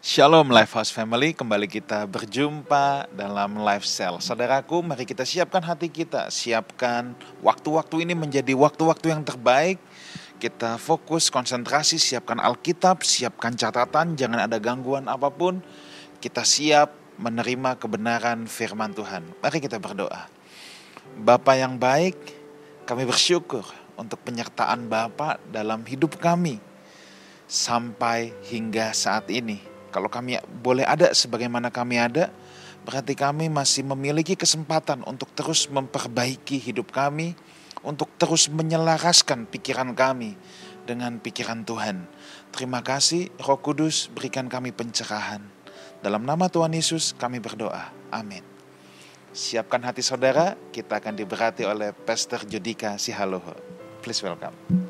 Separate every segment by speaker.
Speaker 1: Shalom Lifehouse Family, kembali kita berjumpa dalam Life Cell. Saudaraku, mari kita siapkan hati kita, siapkan waktu-waktu ini menjadi waktu-waktu yang terbaik. Kita fokus, konsentrasi, siapkan Alkitab, siapkan catatan, jangan ada gangguan apapun. Kita siap menerima kebenaran firman Tuhan. Mari kita berdoa. Bapa yang baik, kami bersyukur untuk penyertaan Bapa dalam hidup kami sampai hingga saat ini. Kalau kami boleh ada sebagaimana kami ada, berarti kami masih memiliki kesempatan untuk terus memperbaiki hidup kami, untuk terus menyelaraskan pikiran kami dengan pikiran Tuhan. Terima kasih Roh Kudus, berikan kami pencerahan. Dalam nama Tuhan Yesus kami berdoa. Amin. Siapkan hati saudara, kita akan diberkati oleh Pastor Judika Sihaloho. Please welcome.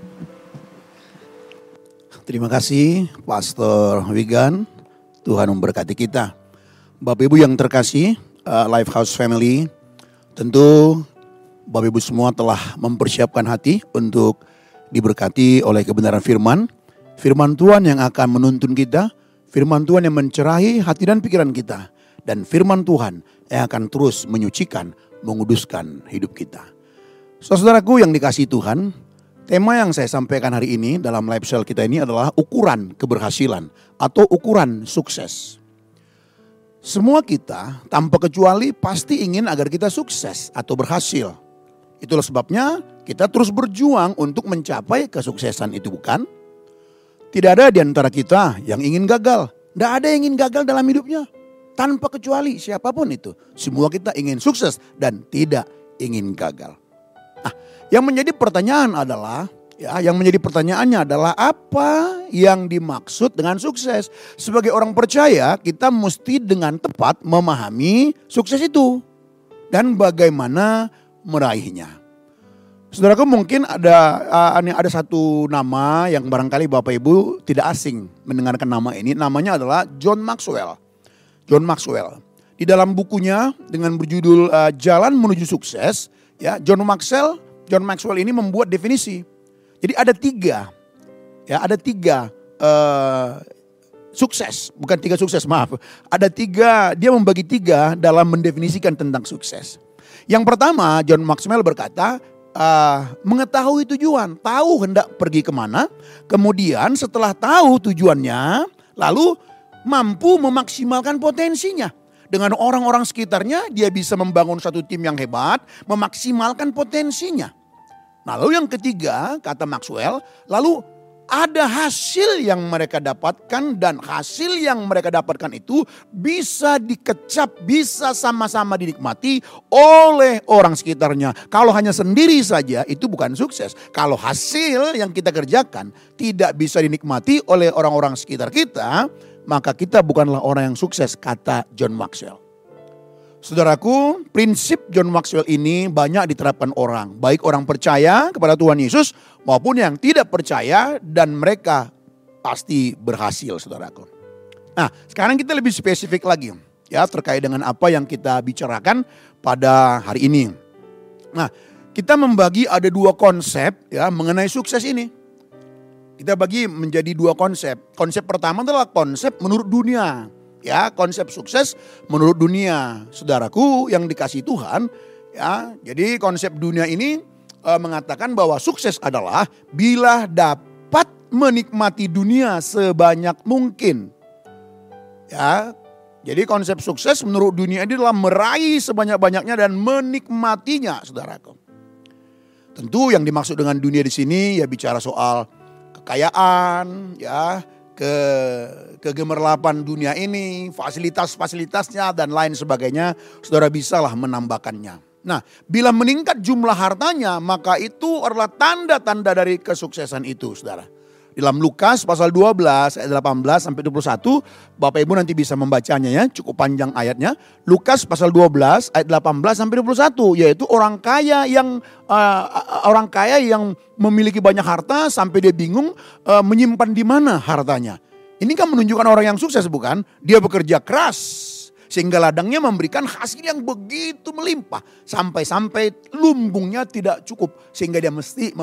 Speaker 2: Terima kasih Pastor Wigan. Tuhan memberkati kita. Bapak Ibu yang terkasih, Lifehouse Family, tentu Bapak Ibu semua telah mempersiapkan hati untuk diberkati oleh kebenaran firman. Firman Tuhan yang akan menuntun kita, firman Tuhan yang mencerahi hati dan pikiran kita. Dan firman Tuhan yang akan terus menyucikan, menguduskan hidup kita. Saudaraku yang dikasihi Tuhan, tema yang saya sampaikan hari ini dalam live cell kita ini adalah ukuran keberhasilan atau ukuran sukses. Semua kita tanpa kecuali pasti ingin agar kita sukses atau berhasil. Itulah sebabnya kita terus berjuang untuk mencapai kesuksesan itu, bukan? Tidak ada di antara kita yang ingin gagal. Tidak ada yang ingin gagal dalam hidupnya. Tanpa kecuali siapapun itu. Semua kita ingin sukses dan tidak ingin gagal. Yang menjadi pertanyaan adalah, yang menjadi pertanyaannya adalah apa yang dimaksud dengan sukses? Sebagai orang percaya, kita mesti dengan tepat memahami sukses itu dan bagaimana meraihnya. Saudaraku, mungkin ada satu nama yang barangkali Bapak Ibu tidak asing mendengarkan nama ini. Namanya adalah John Maxwell. John Maxwell. Di dalam bukunya dengan berjudul Jalan Menuju Sukses, John Maxwell ini membuat definisi. Jadi ada tiga sukses, bukan tiga sukses, maaf. Dia membagi tiga dalam mendefinisikan tentang sukses. Yang pertama, John Maxwell berkata, mengetahui tujuan, tahu hendak pergi kemana. Kemudian setelah tahu tujuannya, lalu mampu memaksimalkan potensinya. Dengan orang-orang sekitarnya dia bisa membangun satu tim yang hebat, memaksimalkan potensinya. Lalu yang ketiga, kata Maxwell, lalu ada hasil yang mereka dapatkan dan hasil yang mereka dapatkan itu bisa dikecap, bisa sama-sama dinikmati oleh orang sekitarnya. Kalau hanya sendiri saja itu bukan sukses. Kalau hasil yang kita kerjakan tidak bisa dinikmati oleh orang-orang sekitar kita, maka kita bukanlah orang yang sukses, kata John Maxwell. Saudaraku, prinsip John Maxwell ini banyak diterapkan orang. Baik orang percaya kepada Tuhan Yesus maupun yang tidak percaya dan mereka pasti berhasil, saudaraku. Nah, sekarang kita lebih spesifik lagi terkait dengan apa yang kita bicarakan pada hari ini. Nah, kita membagi ada dua konsep mengenai sukses ini. Kita bagi menjadi dua konsep. Konsep pertama adalah konsep menurut dunia. Konsep sukses menurut dunia. Saudaraku yang dikasihi Tuhan, jadi konsep dunia ini mengatakan bahwa sukses adalah bila dapat menikmati dunia sebanyak mungkin. Jadi konsep sukses menurut dunia ini adalah meraih sebanyak-banyaknya dan menikmatinya, saudaraku. Tentu yang dimaksud dengan dunia di sini bicara soal kekayaan, kegemerlapan dunia ini, fasilitas-fasilitasnya dan lain sebagainya, saudara bisalah menambahkannya. Nah, bila meningkat jumlah hartanya, maka itu adalah tanda-tanda dari kesuksesan itu, saudara. Dalam Lukas pasal 12 ayat 18 sampai 21, Bapak Ibu nanti bisa membacanya cukup panjang ayatnya. Lukas pasal 12 ayat 18 sampai 21, yaitu orang kaya yang memiliki banyak harta sampai dia bingung menyimpan di mana hartanya. Ini kan menunjukkan orang yang sukses, bukan? Dia bekerja keras sehingga ladangnya memberikan hasil yang begitu melimpah sampai-sampai lumbungnya tidak cukup sehingga dia mesti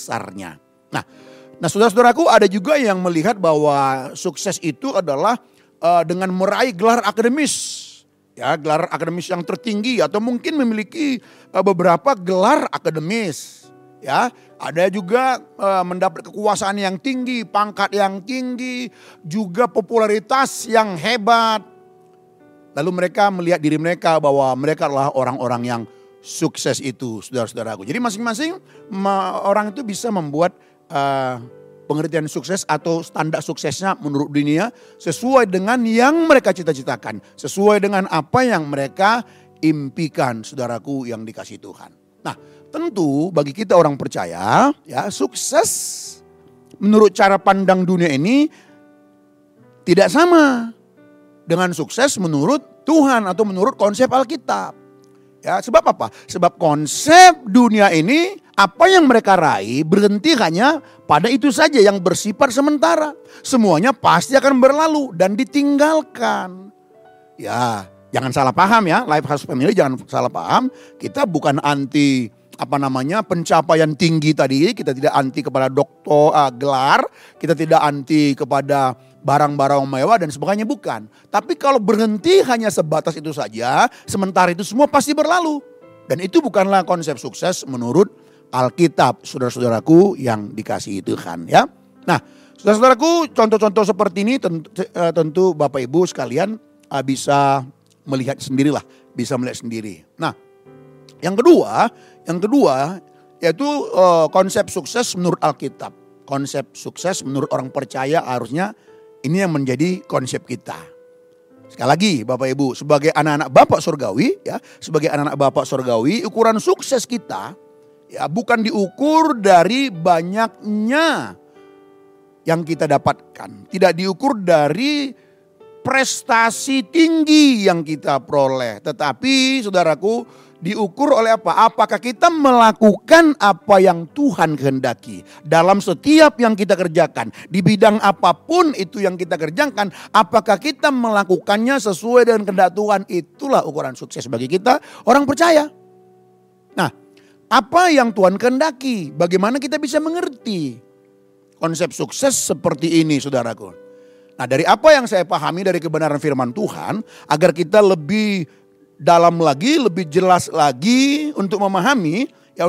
Speaker 2: memperbesarnya. Nah, saudara-saudaraku, ada juga yang melihat bahwa sukses itu adalah dengan meraih gelar akademis. Ya, gelar akademis yang tertinggi atau mungkin memiliki beberapa gelar akademis. Ya, ada juga mendapat kekuasaan yang tinggi, pangkat yang tinggi, juga popularitas yang hebat. Lalu mereka melihat diri mereka bahwa mereka adalah orang-orang yang sukses itu, saudara-saudaraku. Jadi masing-masing orang itu bisa membuat pengertian sukses atau standar suksesnya menurut dunia sesuai dengan yang mereka cita-citakan. Sesuai dengan apa yang mereka impikan, saudaraku yang dikasihi Tuhan. Nah, tentu bagi kita orang percaya, ya, sukses menurut cara pandang dunia ini tidak sama dengan sukses menurut Tuhan atau menurut konsep Alkitab. Ya, sebab apa? Sebab konsep dunia ini apa yang mereka raih berhenti hanya pada itu saja yang bersifat sementara. Semuanya pasti akan berlalu dan ditinggalkan. Ya, jangan salah paham ya, Life House Family jangan salah paham. Kita bukan anti pencapaian tinggi tadi, kita tidak anti kepada gelar, kita tidak anti kepada barang-barang mewah dan sebagainya, bukan. Tapi kalau berhenti hanya sebatas itu saja, sementara itu semua pasti berlalu. Dan itu bukanlah konsep sukses menurut Alkitab, saudara-saudaraku yang dikasihi Tuhan, ya. Nah, saudara-saudaraku, contoh-contoh seperti ini tentu Bapak Ibu sekalian bisa melihat sendirilah, bisa melihat sendiri. Nah, yang kedua yaitu konsep sukses menurut Alkitab. Konsep sukses menurut orang percaya harusnya ini yang menjadi konsep kita. Sekali lagi Bapak Ibu, sebagai anak-anak Bapak surgawi, ya, sebagai anak-anak Bapak surgawi, ukuran sukses kita ya bukan diukur dari banyaknya yang kita dapatkan, tidak diukur dari prestasi tinggi yang kita peroleh, tetapi saudaraku diukur oleh apa? Apakah kita melakukan apa yang Tuhan kehendaki dalam setiap yang kita kerjakan, di bidang apapun itu yang kita kerjakan, apakah kita melakukannya sesuai dengan kehendak Tuhan? Itulah ukuran sukses bagi kita orang percaya. Nah, apa yang Tuhan kehendaki? Bagaimana kita bisa mengerti konsep sukses seperti ini, saudaraku? Nah, dari apa yang saya pahami dari kebenaran firman Tuhan, agar kita lebih dalam lagi, lebih jelas lagi untuk memahami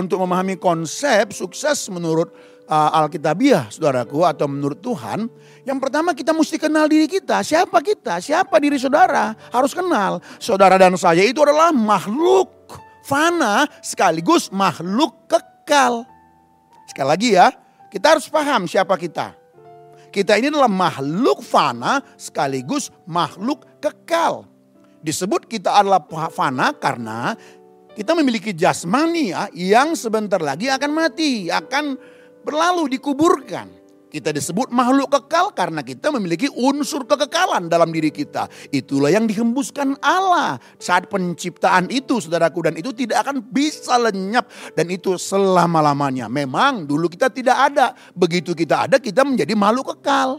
Speaker 2: konsep sukses menurut Alkitabiah, saudaraku, atau menurut Tuhan. Yang pertama kita mesti kenal diri kita, siapa diri saudara, harus kenal. Saudara dan saya itu adalah makhluk fana sekaligus makhluk kekal. Sekali lagi ya, kita harus paham siapa kita. Kita ini adalah makhluk fana sekaligus makhluk kekal. Disebut kita adalah fana karena kita memiliki jasmani ya, yang sebentar lagi akan mati, akan berlalu, dikuburkan. Kita disebut makhluk kekal karena kita memiliki unsur kekekalan dalam diri kita. Itulah yang dihembuskan Allah saat penciptaan itu, saudaraku, dan itu tidak akan bisa lenyap dan itu selama-lamanya. Memang dulu kita tidak ada, begitu kita ada kita menjadi makhluk kekal.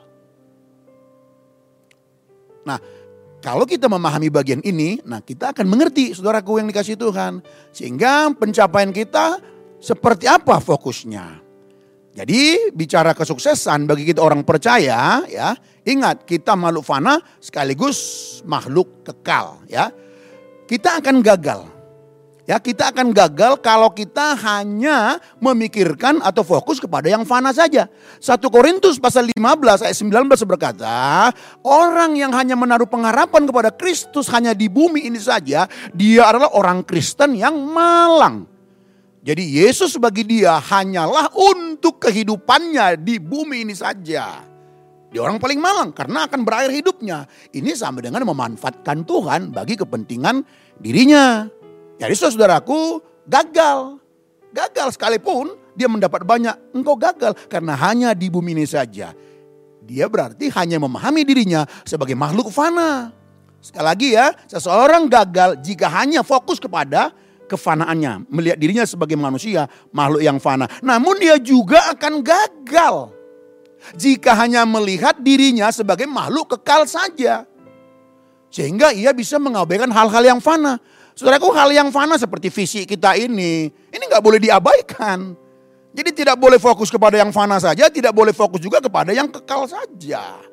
Speaker 2: Nah, kalau kita memahami bagian ini, nah kita akan mengerti, saudaraku yang dikasihi Tuhan. Sehingga pencapaian kita seperti apa fokusnya. Jadi bicara kesuksesan bagi kita orang percaya, ya, ingat kita makhluk fana sekaligus makhluk kekal, ya. Kita akan gagal. Ya, kita akan gagal kalau kita hanya memikirkan atau fokus kepada yang fana saja. 1 Korintus pasal 15 ayat 19 berkata, orang yang hanya menaruh pengharapan kepada Kristus hanya di bumi ini saja, dia adalah orang Kristen yang malang. Jadi Yesus bagi dia hanyalah untuk kehidupannya di bumi ini saja. Dia orang paling malang karena akan berakhir hidupnya. Ini sama dengan memanfaatkan Tuhan bagi kepentingan dirinya. Jadi saudaraku gagal. Gagal sekalipun dia mendapat banyak, engkau gagal karena hanya di bumi ini saja. Dia berarti hanya memahami dirinya sebagai makhluk fana. Sekali lagi ya, seseorang gagal jika hanya fokus kepada kefanaannya. Melihat dirinya sebagai manusia, makhluk yang fana. Namun dia juga akan gagal jika hanya melihat dirinya sebagai makhluk kekal saja. Sehingga ia bisa mengabaikan hal-hal yang fana. Saudaraku, hal yang fana seperti fisik kita ini gak boleh diabaikan. Jadi tidak boleh fokus kepada yang fana saja, tidak boleh fokus juga kepada yang kekal saja.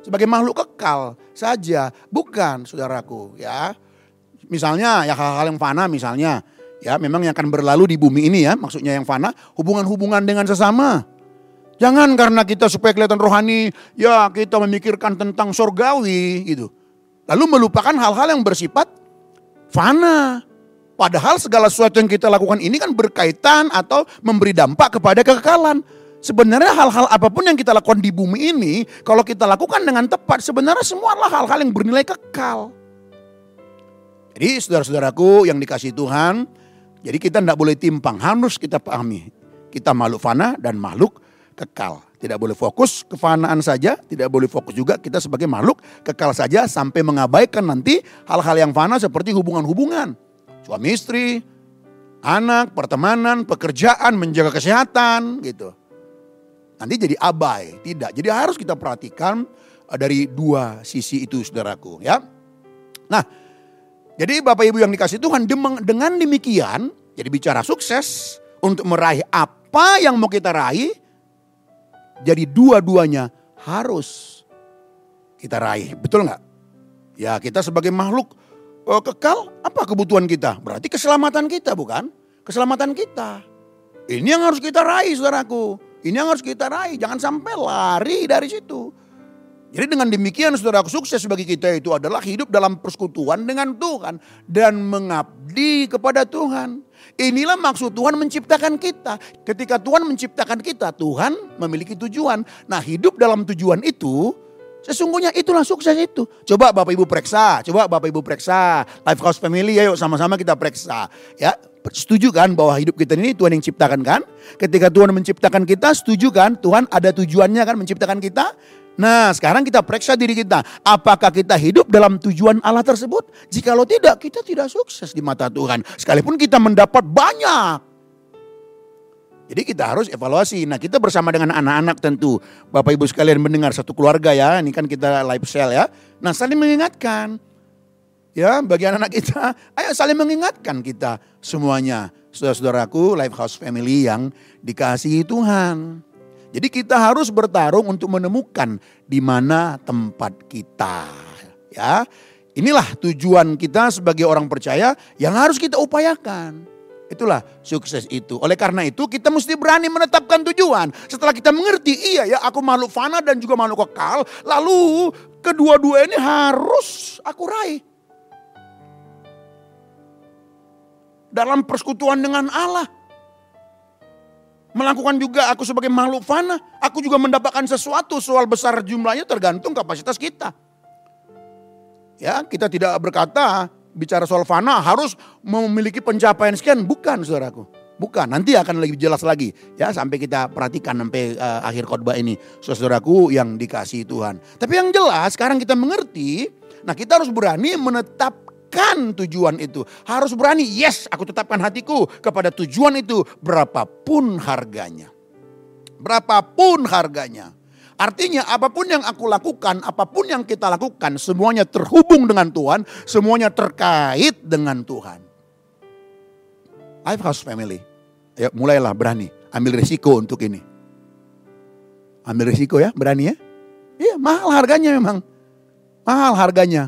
Speaker 2: sebagai makhluk kekal saja, bukan saudaraku ya. Misalnya ya hal-hal yang fana misalnya, ya memang yang akan berlalu di bumi ini ya, maksudnya yang fana, hubungan-hubungan dengan sesama. Jangan karena kita supaya kelihatan rohani, ya kita memikirkan tentang surgawi gitu. Lalu melupakan hal-hal yang bersifat fana. Padahal segala sesuatu yang kita lakukan ini kan berkaitan atau memberi dampak kepada kekekalan. Sebenarnya hal-hal apapun yang kita lakukan di bumi ini, kalau kita lakukan dengan tepat, sebenarnya semua adalah hal-hal yang bernilai kekal. Jadi saudara-saudaraku yang dikasihi Tuhan, jadi kita tidak boleh timpang, harus kita pahami. Kita makhluk fana dan makhluk kekal. Tidak boleh fokus kefanaan saja, tidak boleh fokus juga kita sebagai makhluk kekal saja sampai mengabaikan nanti hal-hal yang fana seperti hubungan-hubungan. Suami istri, anak, pertemanan, pekerjaan, menjaga kesehatan gitu. Nanti jadi abai, tidak. Jadi harus kita perhatikan dari dua sisi itu saudaraku ya. Nah, jadi Bapak Ibu yang dikasihi Tuhan, dengan demikian, jadi bicara sukses untuk meraih apa yang mau kita raih, jadi dua-duanya harus kita raih, betul nggak? Ya kita sebagai makhluk kekal, apa kebutuhan kita? Berarti keselamatan kita bukan? Keselamatan kita. Ini yang harus kita raih saudaraku, ini yang harus kita raih, jangan sampai lari dari situ. Jadi dengan demikian saudaraku, sukses bagi kita itu adalah hidup dalam persekutuan dengan Tuhan dan mengabdi kepada Tuhan. Inilah maksud Tuhan menciptakan kita. Ketika Tuhan menciptakan kita, Tuhan memiliki tujuan. Nah, hidup dalam tujuan itu, sesungguhnya itulah sukses itu. Coba Bapak Ibu periksa, Lifehouse Family, ayo sama-sama kita periksa. Ya, setuju kan bahwa hidup kita ini Tuhan yang ciptakan kan? Ketika Tuhan menciptakan kita, setuju kan Tuhan ada tujuannya kan menciptakan kita? Nah sekarang kita periksa diri kita. Apakah kita hidup dalam tujuan Allah tersebut? Jikalau tidak, kita tidak sukses di mata Tuhan. Sekalipun kita mendapat banyak. Jadi kita harus evaluasi. Nah kita bersama dengan anak-anak tentu. Bapak Ibu sekalian mendengar satu keluarga ya. Ini kan kita live cell ya. Nah saling mengingatkan. Ya bagi anak-anak kita. Ayo saling mengingatkan kita semuanya. Saudara-saudaraku Lifehouse Family yang dikasihi Tuhan. Jadi kita harus bertarung untuk menemukan di mana tempat kita. Ya, inilah tujuan kita sebagai orang percaya yang harus kita upayakan. Itulah sukses itu. Oleh karena itu kita mesti berani menetapkan tujuan. Setelah kita mengerti, iya ya aku makhluk fana dan juga makhluk kekal. Lalu kedua-dua ini harus aku raih. Dalam persekutuan dengan Allah. Melakukan juga aku sebagai makhluk fana. Aku juga mendapatkan sesuatu, soal besar jumlahnya tergantung kapasitas kita. Ya, kita tidak berkata bicara soal fana harus memiliki pencapaian sekian. Bukan saudaraku. Bukan, nanti akan lebih jelas lagi. Ya, sampai kita perhatikan sampai akhir khotbah ini. Saudaraku yang dikasihi Tuhan. Tapi yang jelas sekarang kita mengerti. Nah kita harus berani menetapkan tujuan itu. Harus berani, yes aku tetapkan hatiku kepada tujuan itu berapapun harganya. Berapapun harganya. Artinya apapun yang aku lakukan, apapun yang kita lakukan, semuanya terhubung dengan Tuhan, semuanya terkait dengan Tuhan. Lifehouse Family, ayo mulailah berani, ambil risiko untuk ini. Ambil risiko ya, berani ya. Iya mahal harganya memang, mahal harganya.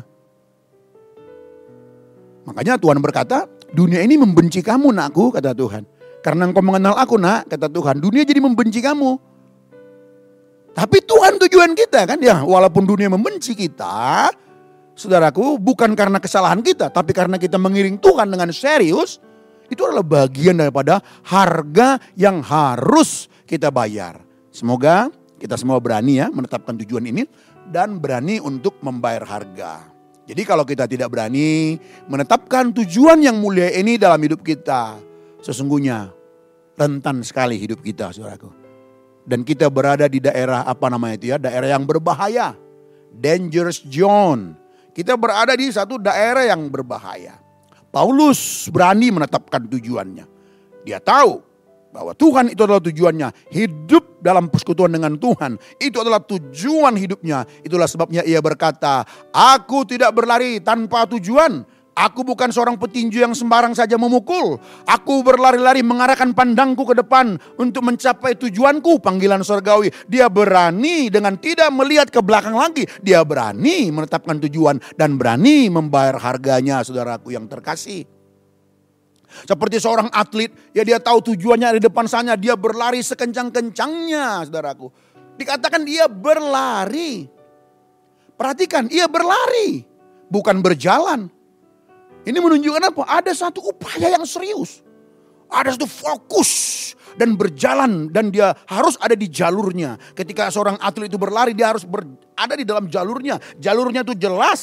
Speaker 2: Makanya Tuhan berkata, dunia ini membenci kamu nakku, kata Tuhan. Karena engkau mengenal aku nak, kata Tuhan, dunia jadi membenci kamu. Tapi Tuhan tujuan kita kan ya, walaupun dunia membenci kita, saudaraku bukan karena kesalahan kita, tapi karena kita mengiring Tuhan dengan serius, itu adalah bagian daripada harga yang harus kita bayar. Semoga kita semua berani ya menetapkan tujuan ini dan berani untuk membayar harga. Jadi kalau kita tidak berani menetapkan tujuan yang mulia ini dalam hidup kita, sesungguhnya rentan sekali hidup kita, saudaraku. Dan kita berada di daerah apa namanya itu ya, daerah yang berbahaya, dangerous zone. Kita berada di satu daerah yang berbahaya. Paulus berani menetapkan tujuannya. Dia tahu bahwa Tuhan itu adalah tujuannya. Hidup dalam persekutuan dengan Tuhan. Itu adalah tujuan hidupnya. Itulah sebabnya ia berkata, aku tidak berlari tanpa tujuan. Aku bukan seorang petinju yang sembarang saja memukul. Aku berlari-lari mengarahkan pandangku ke depan untuk mencapai tujuanku, panggilan surgawi. Dia berani dengan tidak melihat ke belakang lagi. Dia berani menetapkan tujuan dan berani membayar harganya, saudaraku yang terkasih. Seperti seorang atlet, ya dia tahu tujuannya di depan sana. Dia berlari sekencang-kencangnya, saudaraku. Dikatakan dia berlari. Perhatikan, ia berlari, bukan berjalan. Ini menunjukkan apa? Ada satu upaya yang serius. Ada satu fokus dan berjalan, dan dia harus ada di jalurnya. Ketika seorang atlet itu berlari, dia harus ada di dalam jalurnya. Jalurnya itu jelas.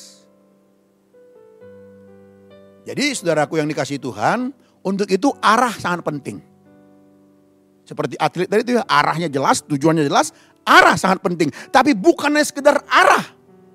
Speaker 2: Jadi saudaraku yang dikasihi Tuhan, untuk itu arah sangat penting. Seperti atlet tadi itu, arahnya jelas, tujuannya jelas, arah sangat penting. Tapi bukannya sekedar arah.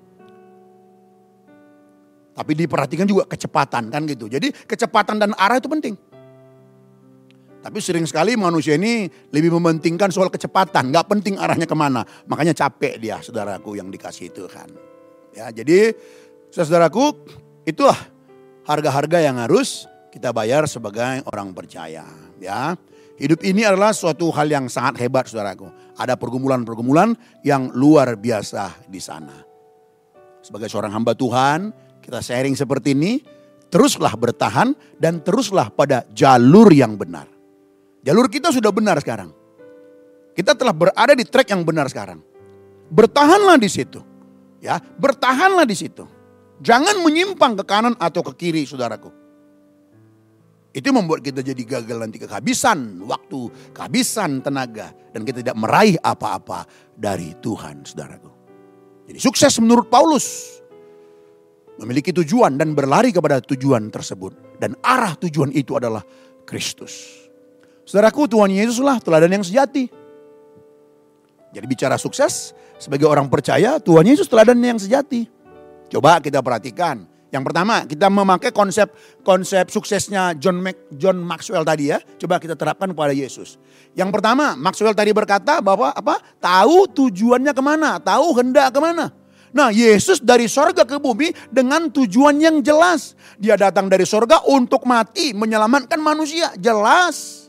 Speaker 2: Tapi diperhatikan juga kecepatan, kan gitu. Jadi kecepatan dan arah itu penting. Tapi sering sekali manusia ini lebih mementingkan soal kecepatan. Gak penting arahnya kemana. Makanya capek dia, saudaraku yang dikasihi Tuhan. Ya, jadi saudaraku, itulah harga-harga yang harus kita bayar sebagai orang percaya. Ya, hidup ini adalah suatu hal yang sangat hebat, saudaraku. Ada pergumulan-pergumulan yang luar biasa di sana. Sebagai seorang hamba Tuhan, kita sharing seperti ini, teruslah bertahan dan teruslah pada jalur yang benar. Jalur kita sudah benar sekarang. Kita telah berada di track yang benar sekarang. Bertahanlah di situ. Ya, bertahanlah di situ. Jangan menyimpang ke kanan atau ke kiri, saudaraku. Itu membuat kita jadi gagal nanti, kehabisan waktu, kehabisan tenaga, dan kita tidak meraih apa-apa dari Tuhan, saudaraku. Jadi sukses menurut Paulus. Memiliki tujuan dan berlari kepada tujuan tersebut. Dan arah tujuan itu adalah Kristus. Saudaraku, Tuhan Yesuslah teladan yang sejati. Jadi bicara sukses, sebagai orang percaya, Tuhan Yesus teladan yang sejati. Coba kita perhatikan. Yang pertama, kita memakai konsep suksesnya John Maxwell tadi ya. Coba kita terapkan kepada Yesus. Yang pertama, Maxwell tadi berkata bahwa tahu tujuannya kemana, tahu hendak kemana. Nah, Yesus dari sorga ke bumi dengan tujuan yang jelas. Dia datang dari sorga untuk mati, menyelamatkan manusia. Jelas.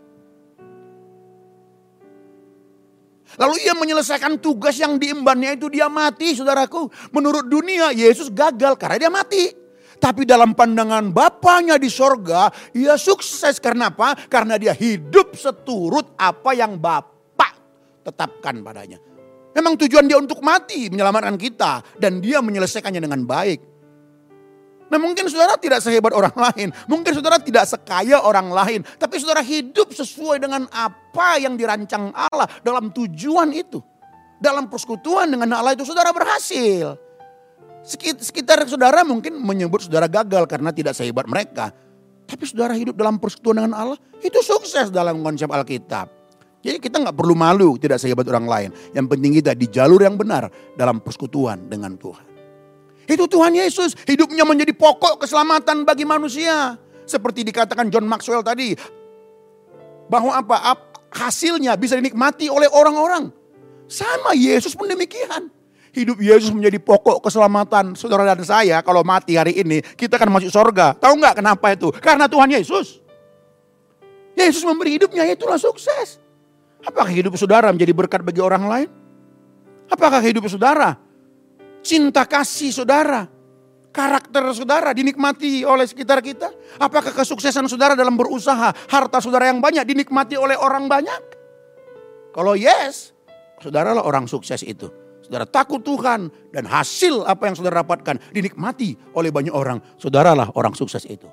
Speaker 2: Lalu ia menyelesaikan tugas yang diembannya itu, dia mati, saudaraku. Menurut dunia, Yesus gagal karena dia mati. Tapi dalam pandangan Bapanya di sorga, ia sukses. Karena apa? Karena dia hidup seturut apa yang Bapa tetapkan padanya. Memang tujuan dia untuk mati, menyelamatkan kita. Dan dia menyelesaikannya dengan baik. Nah, mungkin saudara tidak sehebat orang lain. Mungkin saudara tidak sekaya orang lain. Tapi saudara hidup sesuai dengan apa yang dirancang Allah dalam tujuan itu. Dalam persekutuan dengan Allah itu saudara berhasil. Sekitar saudara mungkin menyebut saudara gagal karena tidak sehebat mereka. Tapi saudara hidup dalam persekutuan dengan Allah, itu sukses dalam konsep Alkitab. Jadi kita gak perlu malu tidak sehebat orang lain. Yang penting kita di jalur yang benar dalam persekutuan dengan Tuhan. Itu Tuhan Yesus, hidupnya menjadi pokok keselamatan bagi manusia. Seperti dikatakan John Maxwell tadi, bahwa hasilnya bisa dinikmati oleh orang-orang. Sama Yesus pun demikian. Hidup Yesus menjadi pokok keselamatan saudara dan saya. Kalau mati hari ini, kita akan masuk surga. Tahu gak kenapa itu? Karena Tuhan Yesus. Yesus memberi hidupnya, itulah sukses. Apakah hidup saudara menjadi berkat bagi orang lain? Apakah hidup saudara, cinta kasih saudara, karakter saudara dinikmati oleh sekitar kita? Apakah kesuksesan saudara dalam berusaha, harta saudara yang banyak dinikmati oleh orang banyak? Kalau yes, saudaralah orang sukses itu. Saudara takut Tuhan dan hasil apa yang saudara dapatkan dinikmati oleh banyak orang. Saudaralah orang sukses itu.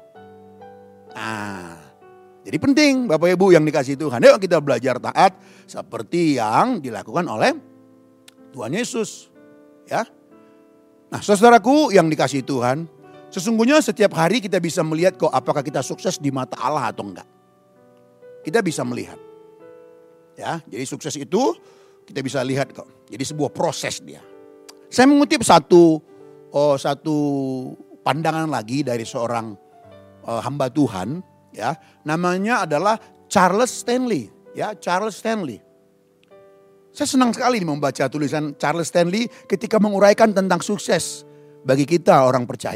Speaker 2: Jadi penting Bapak Ibu yang dikasihi Tuhan. Yuk kita belajar taat seperti yang dilakukan oleh Tuhan Yesus. Ya. Nah, saudaraku yang dikasihi Tuhan, sesungguhnya setiap hari kita bisa melihat kok apakah kita sukses di mata Allah atau enggak. Kita bisa melihat. Ya, jadi sukses itu kita bisa lihat kok. Jadi sebuah proses dia. Saya mengutip satu pandangan lagi dari seorang hamba Tuhan. Ya, namanya adalah Charles Stanley. Ya, Charles Stanley. Saya senang sekali membaca tulisan Charles Stanley ketika menguraikan tentang sukses bagi kita orang percaya.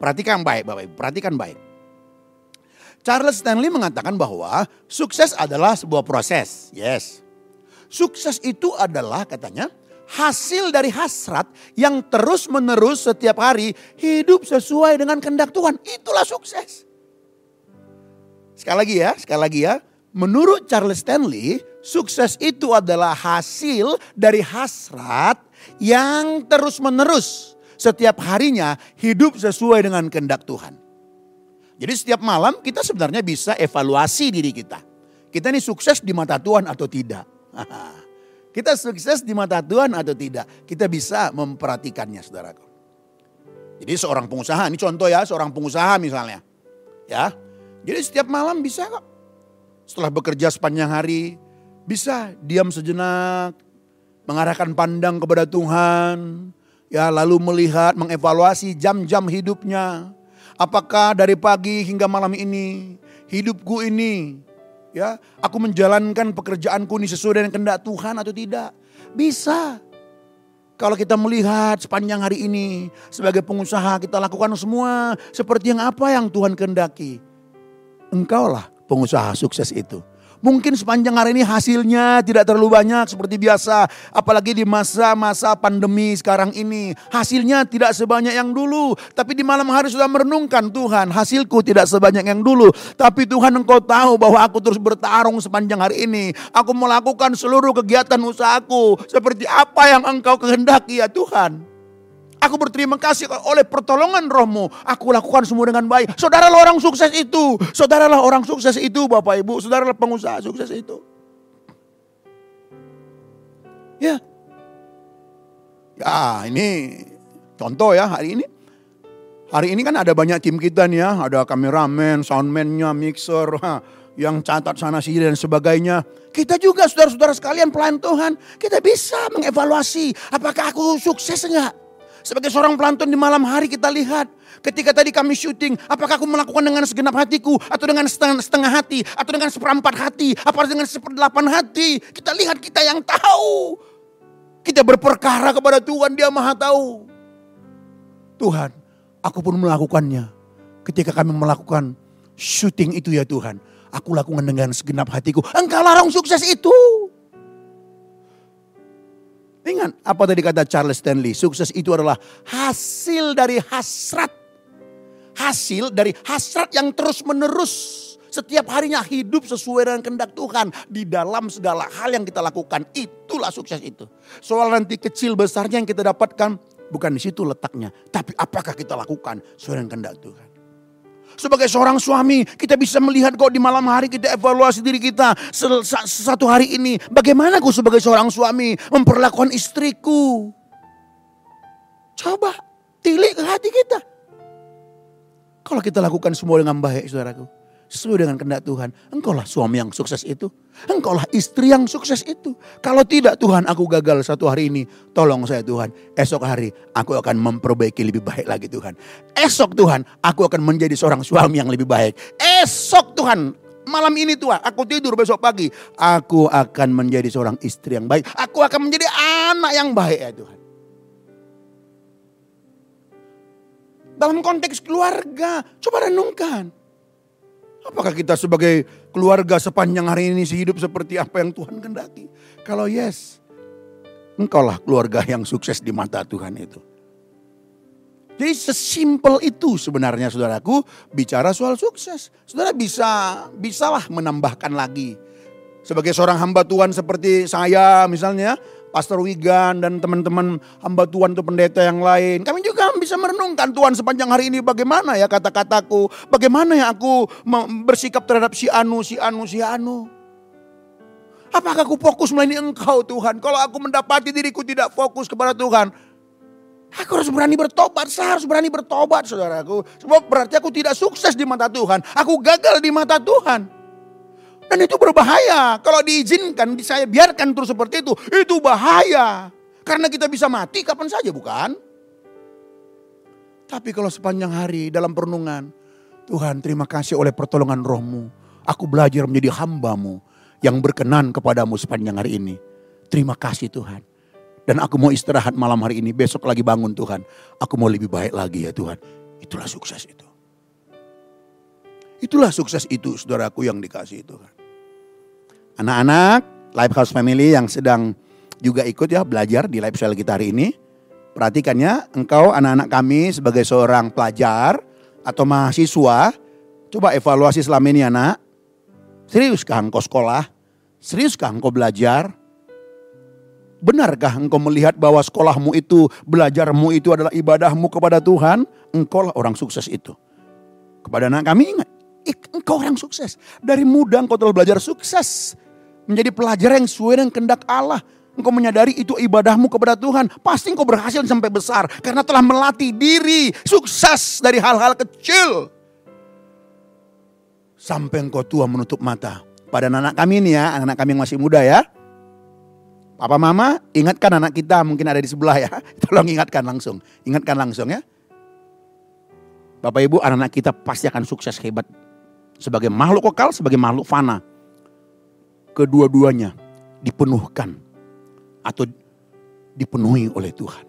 Speaker 2: Perhatikan baik Bapak Ibu, perhatikan baik. Charles Stanley mengatakan bahwa sukses adalah sebuah proses. Yes. Sukses itu adalah katanya hasil dari hasrat yang terus menerus setiap hari hidup sesuai dengan kehendak Tuhan. Itulah sukses. Sekali lagi ya. Menurut Charles Stanley, sukses itu adalah hasil dari hasrat yang terus menerus setiap harinya hidup sesuai dengan kehendak Tuhan. Jadi setiap malam kita sebenarnya bisa evaluasi diri kita. Kita ini sukses di mata Tuhan atau tidak. Kita sukses di mata Tuhan atau tidak. Kita bisa memperhatikannya saudaraku. Jadi seorang pengusaha, ini contoh ya, seorang pengusaha misalnya. Ya, jadi setiap malam bisa kok. Setelah bekerja sepanjang hari, bisa diam sejenak, mengarahkan pandang kepada Tuhan. Ya, lalu melihat, mengevaluasi jam-jam hidupnya. Apakah dari pagi hingga malam ini, hidupku ini, ya, aku menjalankan pekerjaanku ini sesuai dengan kehendak Tuhan atau tidak? Bisa. Kalau kita melihat sepanjang hari ini, sebagai pengusaha kita lakukan semua seperti yang Tuhan kehendaki. Engkaulah pengusaha sukses itu. Mungkin sepanjang hari ini hasilnya tidak terlalu banyak seperti biasa. Apalagi di masa-masa pandemi sekarang ini. Hasilnya tidak sebanyak yang dulu. Tapi di malam hari sudah merenungkan, Tuhan, hasilku tidak sebanyak yang dulu. Tapi Tuhan, Engkau tahu bahwa aku terus bertarung sepanjang hari ini. Aku melakukan seluruh kegiatan usahaku seperti apa yang Engkau kehendaki ya Tuhan. Aku berterima kasih oleh pertolongan Roh-Mu. Aku lakukan semua dengan baik. Saudaralah orang sukses itu. Saudaralah orang sukses itu Bapak Ibu. Saudaralah pengusaha sukses itu. Ya. Ya ini contoh ya hari ini. Hari ini kan ada banyak tim kita nih ya. Ada kameramen, soundman-nya, mixer, yang catat sana sini dan sebagainya. Kita juga saudara-saudara sekalian pelayan Tuhan. Kita bisa mengevaluasi apakah aku sukses enggak. Sebagai seorang pelantun di malam hari kita lihat. Ketika tadi kami syuting. Apakah aku melakukan dengan segenap hatiku. Atau dengan setengah hati. Atau dengan seperempat hati. Apa dengan seperdelapan hati. Kita lihat kita yang tahu. Kita berperkara kepada Tuhan. Dia maha tahu. Tuhan, aku pun melakukannya. Ketika kami melakukan syuting itu ya Tuhan. Aku lakukan dengan segenap hatiku. Engkau larang sukses itu. Ingat apa tadi kata Charles Stanley, sukses itu adalah hasil dari hasrat. Hasil dari hasrat yang terus menerus. Setiap harinya hidup sesuai dengan kehendak Tuhan. Di dalam segala hal yang kita lakukan, itulah sukses itu. Soal nanti kecil besarnya yang kita dapatkan, bukan di situ letaknya. Tapi apakah kita lakukan sesuai dengan kehendak Tuhan. Sebagai seorang suami, kita bisa melihat kok di malam hari kita evaluasi diri kita. Satu hari ini, bagaimana aku sebagai seorang suami memperlakukan istriku. Coba, tilik ke hati kita. Kalau kita lakukan semua dengan baik, saudaraku. Sesuai dengan kehendak Tuhan. Engkaulah suami yang sukses itu. Engkaulah istri yang sukses itu. Kalau tidak Tuhan, aku gagal satu hari ini. Tolong saya Tuhan. Esok hari aku akan memperbaiki lebih baik lagi Tuhan. Esok Tuhan, aku akan menjadi seorang suami yang lebih baik. Esok Tuhan, malam ini Tuhan, aku tidur besok pagi. Aku akan menjadi seorang istri yang baik. Aku akan menjadi anak yang baik ya Tuhan. Dalam konteks keluarga, coba renungkan. Apakah kita sebagai keluarga sepanjang hari ini hidup seperti apa yang Tuhan kehendaki? Kalau yes, engkaulah keluarga yang sukses di mata Tuhan itu. Jadi sesimpel itu sebenarnya saudaraku bicara soal sukses. Saudara bisalah menambahkan lagi. Sebagai seorang hamba Tuhan seperti saya misalnya, Pastor Wigan dan teman-teman hamba Tuhan atau pendeta yang lain. Kami juga bisa merenungkan Tuhan sepanjang hari ini bagaimana ya kata-kataku. Bagaimana ya aku bersikap terhadap si anu. Apakah aku fokus melayani Engkau Tuhan. Kalau aku mendapati diriku tidak fokus kepada Tuhan. Aku harus berani bertobat. Saya harus berani bertobat saudaraku. Sebab berarti aku tidak sukses di mata Tuhan. Aku gagal di mata Tuhan. Dan itu berbahaya. Kalau diizinkan, saya biarkan terus seperti itu bahaya. Karena kita bisa mati kapan saja bukan? Tapi kalau sepanjang hari dalam perenungan, Tuhan terima kasih oleh pertolongan Roh-Mu. Aku belajar menjadi hamba-Mu yang berkenan kepadamu sepanjang hari ini. Terima kasih Tuhan. Dan aku mau istirahat malam hari ini, besok lagi bangun Tuhan. Aku mau lebih baik lagi ya Tuhan. Itulah sukses itu. Itulah sukses itu, saudaraku yang dikasihi Tuhan. Anak-anak Lifehouse Family yang sedang juga ikut ya belajar di live cell kita hari ini. Perhatikan ya, engkau anak-anak kami sebagai seorang pelajar atau mahasiswa, coba evaluasi selama ini anak. Seriuskah engkau sekolah? Seriuskah engkau belajar? Benarkah engkau melihat bahwa sekolahmu itu, belajarmu itu adalah ibadahmu kepada Tuhan? Engkau lah orang sukses itu. Kepada anak kami ingat, engkau orang sukses. Dari muda engkau telah belajar sukses. Menjadi pelajar yang sesuai dengan kehendak Allah. Engkau menyadari itu ibadahmu kepada Tuhan. Pasti engkau berhasil sampai besar. Karena telah melatih diri sukses dari hal-hal kecil. Sampai engkau tua menutup mata. Pada anak kami ini ya, anak kami yang masih muda ya. Papa mama ingatkan anak kita mungkin ada di sebelah ya. Tolong ingatkan langsung. Ingatkan langsung ya. Bapak ibu anak-anak kita pasti akan sukses hebat. Sebagai makhluk kekal, sebagai makhluk fana. Kedua-duanya dipenuhkan. Atau dipenuhi oleh Tuhan.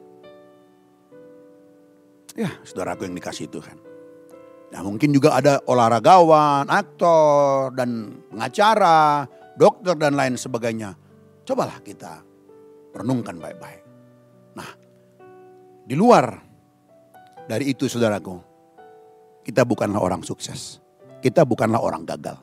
Speaker 2: Ya saudaraku yang dikasihi Tuhan. Nah mungkin juga ada olahragawan, aktor, dan pengacara, dokter dan lain sebagainya. Cobalah kita renungkan baik-baik. Nah, di luar dari itu saudaraku, kita bukanlah orang sukses. Kita bukanlah orang gagal.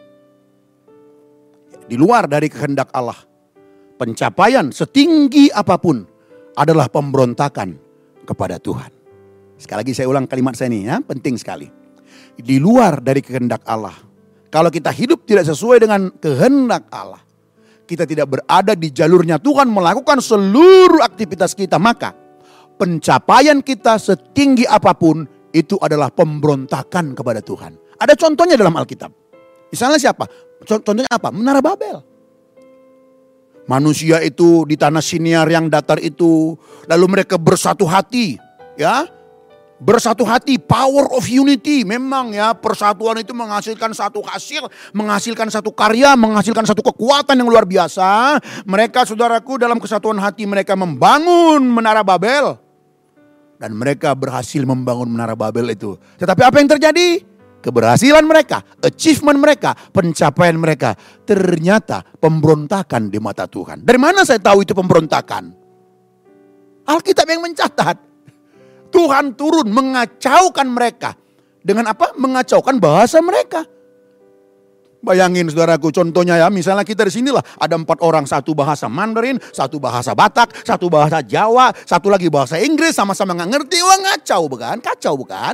Speaker 2: Di luar dari kehendak Allah, pencapaian setinggi apapun adalah pemberontakan kepada Tuhan. Sekali lagi saya ulang kalimat saya ini ya, penting sekali. Di luar dari kehendak Allah, kalau kita hidup tidak sesuai dengan kehendak Allah, kita tidak berada di jalurnya Tuhan melakukan seluruh aktivitas kita. Maka pencapaian kita setinggi apapun itu adalah pemberontakan kepada Tuhan. Ada contohnya dalam Alkitab. Misalnya siapa? Contohnya apa? Menara Babel. Manusia itu di tanah Siniar yang datar itu. Lalu mereka bersatu hati. Ya. Bersatu hati, power of unity. Memang ya persatuan itu menghasilkan satu hasil, menghasilkan satu karya, menghasilkan satu kekuatan yang luar biasa. Mereka saudaraku dalam kesatuan hati mereka membangun Menara Babel. Dan mereka berhasil membangun Menara Babel itu. Tetapi apa yang terjadi? Keberhasilan mereka, achievement mereka, pencapaian mereka. Ternyata pemberontakan di mata Tuhan. Dari mana saya tahu itu pemberontakan? Alkitab yang mencatat. Tuhan turun mengacaukan mereka. Dengan apa? Mengacaukan bahasa mereka. Bayangin saudaraku contohnya ya. Misalnya kita di sinilah ada 4 orang. Satu bahasa Mandarin, satu bahasa Batak, satu bahasa Jawa, satu lagi bahasa Inggris. Sama-sama gak ngerti. Wah ngacau bukan? Kacau bukan?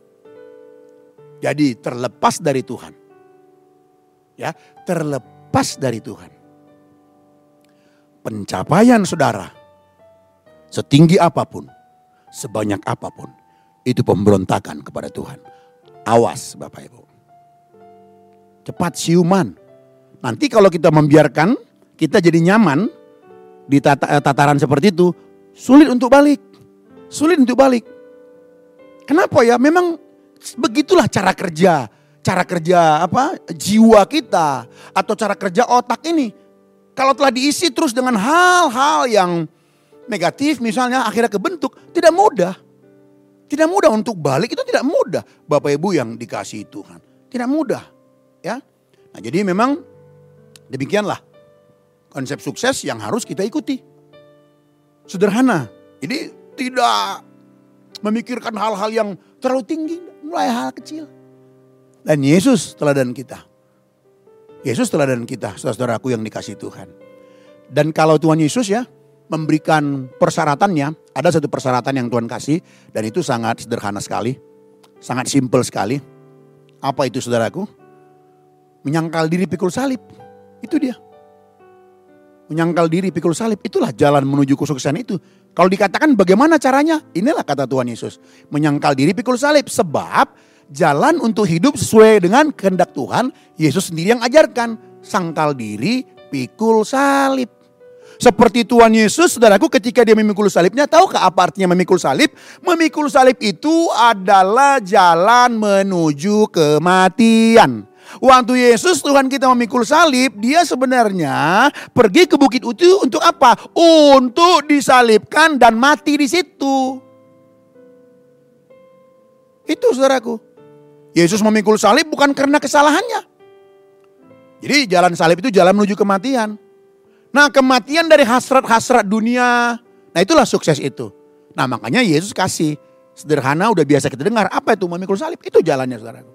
Speaker 2: Jadi terlepas dari Tuhan. Ya, terlepas dari Tuhan. Pencapaian saudara setinggi apapun, sebanyak apapun, itu pemberontakan kepada Tuhan. Awas Bapak Ibu. Cepat siuman. Nanti kalau kita membiarkan, kita jadi nyaman di tataran seperti itu, sulit untuk balik. Sulit untuk balik. Kenapa ya? Memang begitulah cara kerja jiwa kita atau cara kerja otak ini. Kalau telah diisi terus dengan hal-hal yang negatif misalnya akhirnya kebentuk, tidak mudah. Tidak mudah untuk balik, itu tidak mudah. Bapak Ibu yang dikasihi Tuhan. Tidak mudah. Ya. Nah jadi memang demikianlah konsep sukses yang harus kita ikuti. Sederhana. Jadi tidak memikirkan hal-hal yang terlalu tinggi, mulai hal kecil. Dan Yesus teladan kita. Yesus teladan kita, saudaraku yang dikasihi Tuhan. Dan kalau Tuhan Yesus ya memberikan persyaratannya, ada satu persyaratan yang Tuhan kasih dan itu sangat sederhana sekali, sangat simpel sekali. Apa itu saudaraku? Menyangkal diri pikul salib, itu dia. Menyangkal diri pikul salib, itulah jalan menuju kesuksesan itu. Kalau dikatakan bagaimana caranya? Inilah kata Tuhan Yesus. Menyangkal diri pikul salib, sebab jalan untuk hidup sesuai dengan kehendak Tuhan, Yesus sendiri yang ajarkan. Sangkal diri pikul salib. Seperti Tuhan Yesus, saudaraku ketika dia memikul salibnya, tahukah apa artinya memikul salib? Memikul salib itu adalah jalan menuju kematian. Waktu Yesus Tuhan kita memikul salib, dia sebenarnya pergi ke bukit itu untuk apa? Untuk disalibkan dan mati di situ. Itu saudaraku. Yesus memikul salib bukan karena kesalahannya. Jadi jalan salib itu jalan menuju kematian. Nah, kematian dari hasrat-hasrat dunia. Nah, itulah sukses itu. Nah, makanya Yesus kasih. Sederhana udah biasa kita dengar. Apa itu memikul salib? Itu jalannya saudaraku.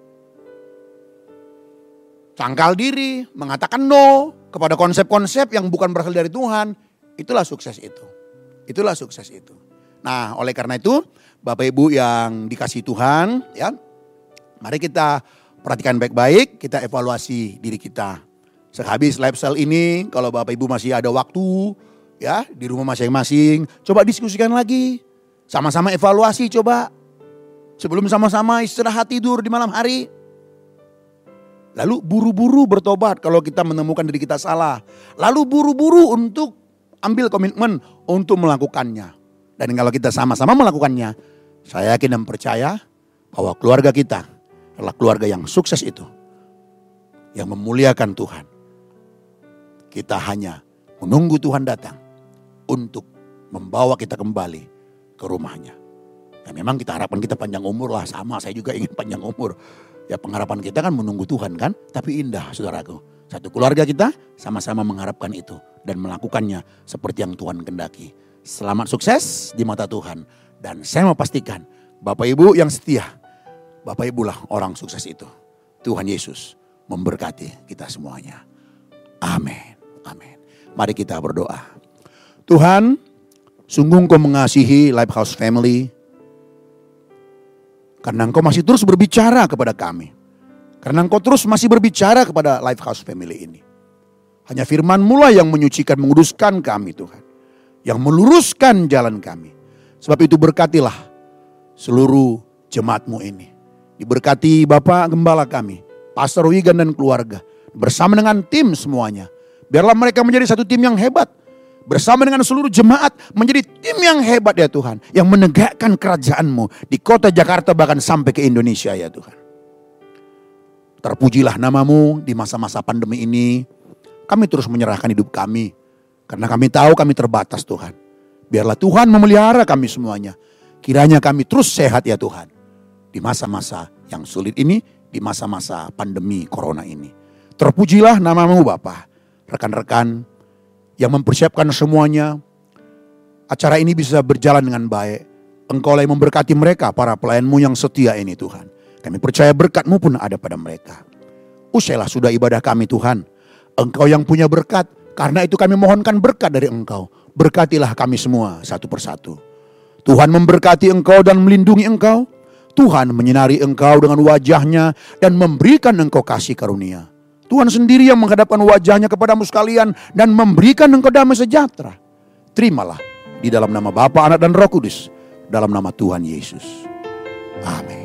Speaker 2: Cangkal diri, mengatakan no kepada konsep-konsep yang bukan berasal dari Tuhan. Itulah sukses itu. Itulah sukses itu. Nah, oleh karena itu, Bapak Ibu yang dikasihi Tuhan, ya, mari kita perhatikan baik-baik, kita evaluasi diri kita. Sehabis live cell ini, kalau Bapak Ibu masih ada waktu, ya, di rumah masing-masing, coba diskusikan lagi. Sama-sama evaluasi coba. Sebelum sama-sama istirahat tidur di malam hari. Lalu buru-buru bertobat kalau kita menemukan diri kita salah. Lalu buru-buru untuk ambil komitmen untuk melakukannya. Dan kalau kita sama-sama melakukannya, saya yakin dan percaya bahwa keluarga kita adalah keluarga yang sukses itu. Yang memuliakan Tuhan. Kita hanya menunggu Tuhan datang untuk membawa kita kembali ke rumahnya. Dan memang kita harapkan kita panjang umur lah, sama saya juga ingin panjang umur. Ya pengharapan kita kan menunggu Tuhan kan, tapi indah saudaraku. Satu keluarga kita sama-sama mengharapkan itu dan melakukannya seperti yang Tuhan kehendaki. Selamat sukses di mata Tuhan. Dan saya mau pastikan Bapak Ibu yang setia, Bapak Ibu lah orang sukses itu. Tuhan Yesus memberkati kita semuanya. Amin. Amin. Mari kita berdoa. Tuhan, sungguh Engkau mengasihi Lifehouse Family. Karena Engkau masih terus berbicara kepada kami. Karena Engkau terus masih berbicara kepada Lifehouse Family ini. Hanya firman-Mu lah yang menyucikan, menguduskan kami Tuhan. Yang meluruskan jalan kami. Sebab itu berkatilah seluruh jemaat-Mu ini. Diberkati Bapak Gembala kami, Pastor Wigan dan keluarga. Bersama dengan tim semuanya. Biarlah mereka menjadi satu tim yang hebat. Bersama dengan seluruh jemaat menjadi tim yang hebat ya Tuhan. Yang menegakkan kerajaan-Mu di kota Jakarta bahkan sampai ke Indonesia ya Tuhan. Terpujilah nama-Mu di masa-masa pandemi ini. Kami terus menyerahkan hidup kami. Karena kami tahu kami terbatas Tuhan. Biarlah Tuhan memelihara kami semuanya. Kiranya kami terus sehat ya Tuhan. Di masa-masa yang sulit ini. Di masa-masa pandemi corona ini. Terpujilah nama-Mu Bapa. Rekan-rekan yang mempersiapkan semuanya. Acara ini bisa berjalan dengan baik. Engkau yang memberkati mereka, para pelayan-Mu yang setia ini Tuhan. Kami percaya berkat-Mu pun ada pada mereka. Usailah sudah ibadah kami Tuhan. Engkau yang punya berkat. Karena itu kami mohonkan berkat dari Engkau. Berkatilah kami semua satu persatu. Tuhan memberkati Engkau dan melindungi Engkau. Tuhan menyinari Engkau dengan wajah-Nya dan memberikan Engkau kasih karunia. Tuhan sendiri yang menghadapkan wajah-Nya kepadamu sekalian dan memberikan Engkau damai sejahtera. Terimalah di dalam nama Bapa, Anak dan Roh Kudus. Dalam nama Tuhan Yesus. Amin.